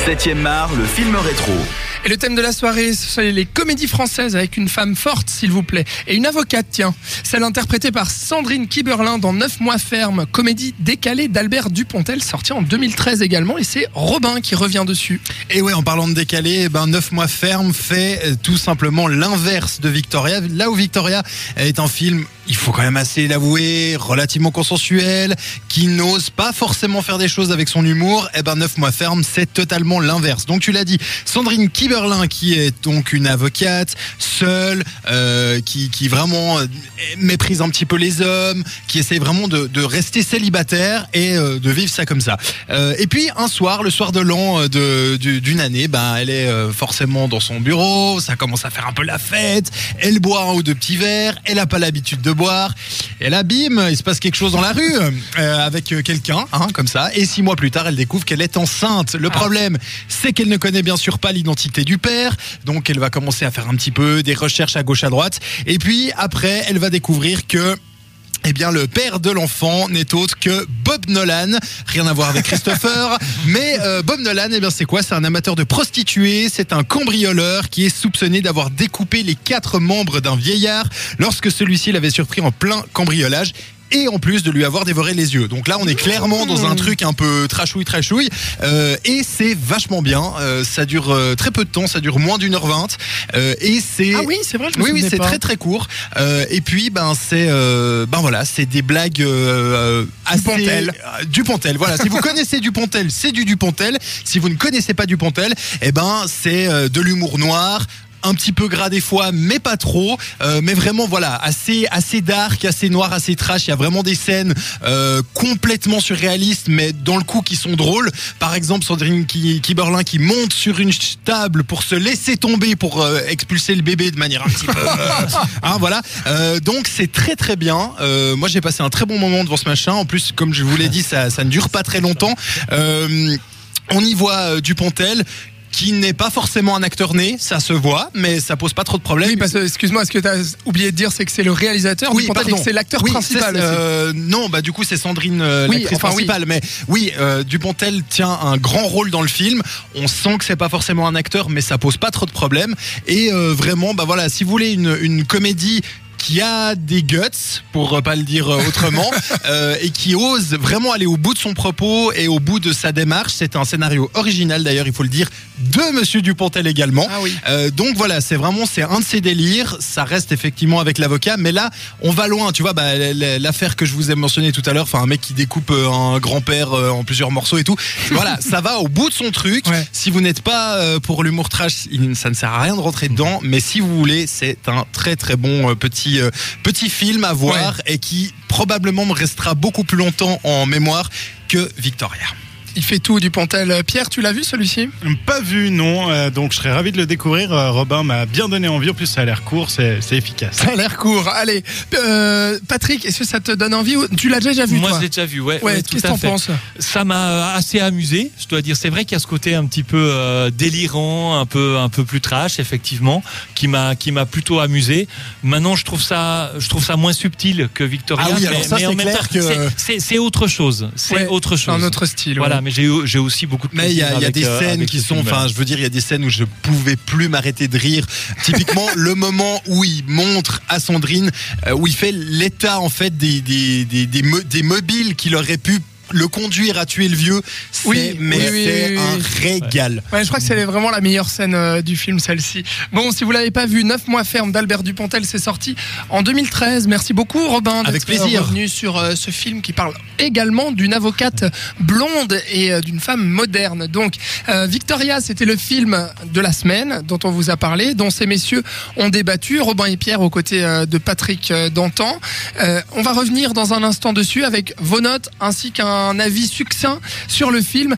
7e art, le film rétro. Et le thème de la soirée, ce sont les comédies françaises avec une femme forte, s'il vous plaît. Et une avocate, tiens. Celle interprétée par Sandrine Kiberlin dans 9 mois ferme. Comédie décalée d'Albert Dupontel, sortie en 2013 également. Et c'est Robin qui revient dessus. Et ouais, en parlant de décalé, 9 mois ferme fait tout simplement l'inverse de Victoria. Là où Victoria est un film, il faut quand même assez l'avouer, relativement consensuel, qui n'ose pas forcément faire des choses avec son humour, 9 mois ferme, c'est totalement l'inverse. Donc tu l'as dit, Sandrine Kiberlin, qui est donc une avocate seule, qui vraiment méprise un petit peu les hommes, qui essaie vraiment de rester célibataire et de vivre ça comme ça. Et puis un soir, le soir de l'an d'une année, elle est forcément dans son bureau, ça commence à faire un peu la fête, elle boit un ou deux petits verres, elle n'a pas l'habitude de boire, et là bim, il se passe quelque chose dans la rue avec quelqu'un, comme ça, et 6 mois plus tard, elle découvre qu'elle est enceinte. Le problème, c'est qu'elle ne connaît bien sûr pas l'identité du père, donc elle va commencer à faire un petit peu des recherches à gauche à droite, et puis après, elle va découvrir que le père de l'enfant n'est autre que Bob Nolan. Rien à voir avec Christopher, mais Bob Nolan, c'est quoi ? C'est un amateur de prostituées, c'est un cambrioleur qui est soupçonné d'avoir découpé les 4 membres d'un vieillard lorsque celui-ci l'avait surpris en plein cambriolage. Et en plus de lui avoir dévoré les yeux. Donc là, on est clairement dans un truc un peu trashouille. Et c'est vachement bien. Ça dure très peu de temps, ça dure moins d'1h20. Et c'est... Ah oui, c'est vrai, je me Oui, c'est pas. très très court. Et puis, c'est des blagues assez... Dupontel. Dupontel, voilà. Si vous connaissez Dupontel, c'est du Dupontel. Si vous ne connaissez pas Dupontel, c'est de l'humour noir, un petit peu gras des fois, mais pas trop, mais vraiment assez dark, assez noir, assez trash. Il y a vraiment des scènes complètement surréalistes, mais dans le coup qui sont drôles. Par exemple, Sandrine Kiberlin qui monte sur une table pour se laisser tomber pour expulser le bébé de manière un petit peu donc c'est très très bien. Moi j'ai passé un très bon moment devant ce machin. En plus, comme je vous l'ai dit, ça ne dure pas très longtemps. On y voit Dupontel, qui n'est pas forcément un acteur né, ça se voit, mais ça pose pas trop de problèmes. Oui, parce que, excuse-moi, ce que tu as oublié de dire, c'est que c'est le réalisateur du Dupontel et que c'est l'acteur principal aussi. Non, du coup, c'est Sandrine l'actrice principale. Mais oui, Dupontel tient un grand rôle dans le film. On sent que c'est pas forcément un acteur, mais ça pose pas trop de problèmes. Et vraiment, si vous voulez une comédie qui a des guts, pour pas le dire autrement, et qui ose vraiment aller au bout de son propos et au bout de sa démarche. C'est un scénario original d'ailleurs, il faut le dire, de Monsieur Dupontel également. Ah oui. Donc voilà, c'est un de ses délires. Ça reste effectivement avec l'avocat, mais là, on va loin. Tu vois, l'affaire que je vous ai mentionnée tout à l'heure, un mec qui découpe un grand-père en plusieurs morceaux et tout. Voilà, ça va au bout de son truc. Ouais. Si vous n'êtes pas pour l'humour trash, ça ne sert à rien de rentrer dedans. Mais si vous voulez, c'est un très très bon petit film à voir et qui probablement me restera beaucoup plus longtemps en mémoire que Victoria. Il fait tout, Dupontel. Pierre, tu l'as vu celui-ci ? Pas vu, non. Donc je serais ravi de le découvrir. Robin m'a bien donné envie. En plus, ça a l'air court, c'est efficace. Ça a l'air court. Allez, Patrick, est-ce que ça te donne envie ? Tu l'as déjà vu, Moi, toi ? je l'ai déjà vu, ouais. Qu'est-ce que t'en penses ? Ça m'a assez amusé, je dois dire. C'est vrai qu'il y a ce côté un petit peu délirant, un peu plus trash, effectivement, qui m'a plutôt amusé. Maintenant, je trouve ça moins subtil que Victoria. Ah oui, alors ça, mais en même temps, c'est autre chose. C'est autre chose. Un autre style. Voilà. Mais j'ai aussi beaucoup de plaisir. Mais il y a des scènes qui sont, il y a des scènes où je pouvais plus m'arrêter de rire. Typiquement, le moment où il montre à Sandrine, où il fait l'état en fait des mobiles qu'il aurait pu le conduire à tuer le vieux, c'est un régal. Ouais, je crois que c'est vraiment la meilleure scène du film, celle-ci. Bon, si vous l'avez pas vu, 9 mois ferme d'Albert Dupontel, c'est sorti en 2013. Merci beaucoup, Robin, d'être revenu sur ce film qui parle également d'une avocate blonde et d'une femme moderne. Donc, Victoria, c'était le film de la semaine dont on vous a parlé, dont ces messieurs ont débattu, Robin et Pierre aux côtés de Patrick Dantan. On va revenir dans un instant dessus avec vos notes ainsi qu'un avis succinct sur le film.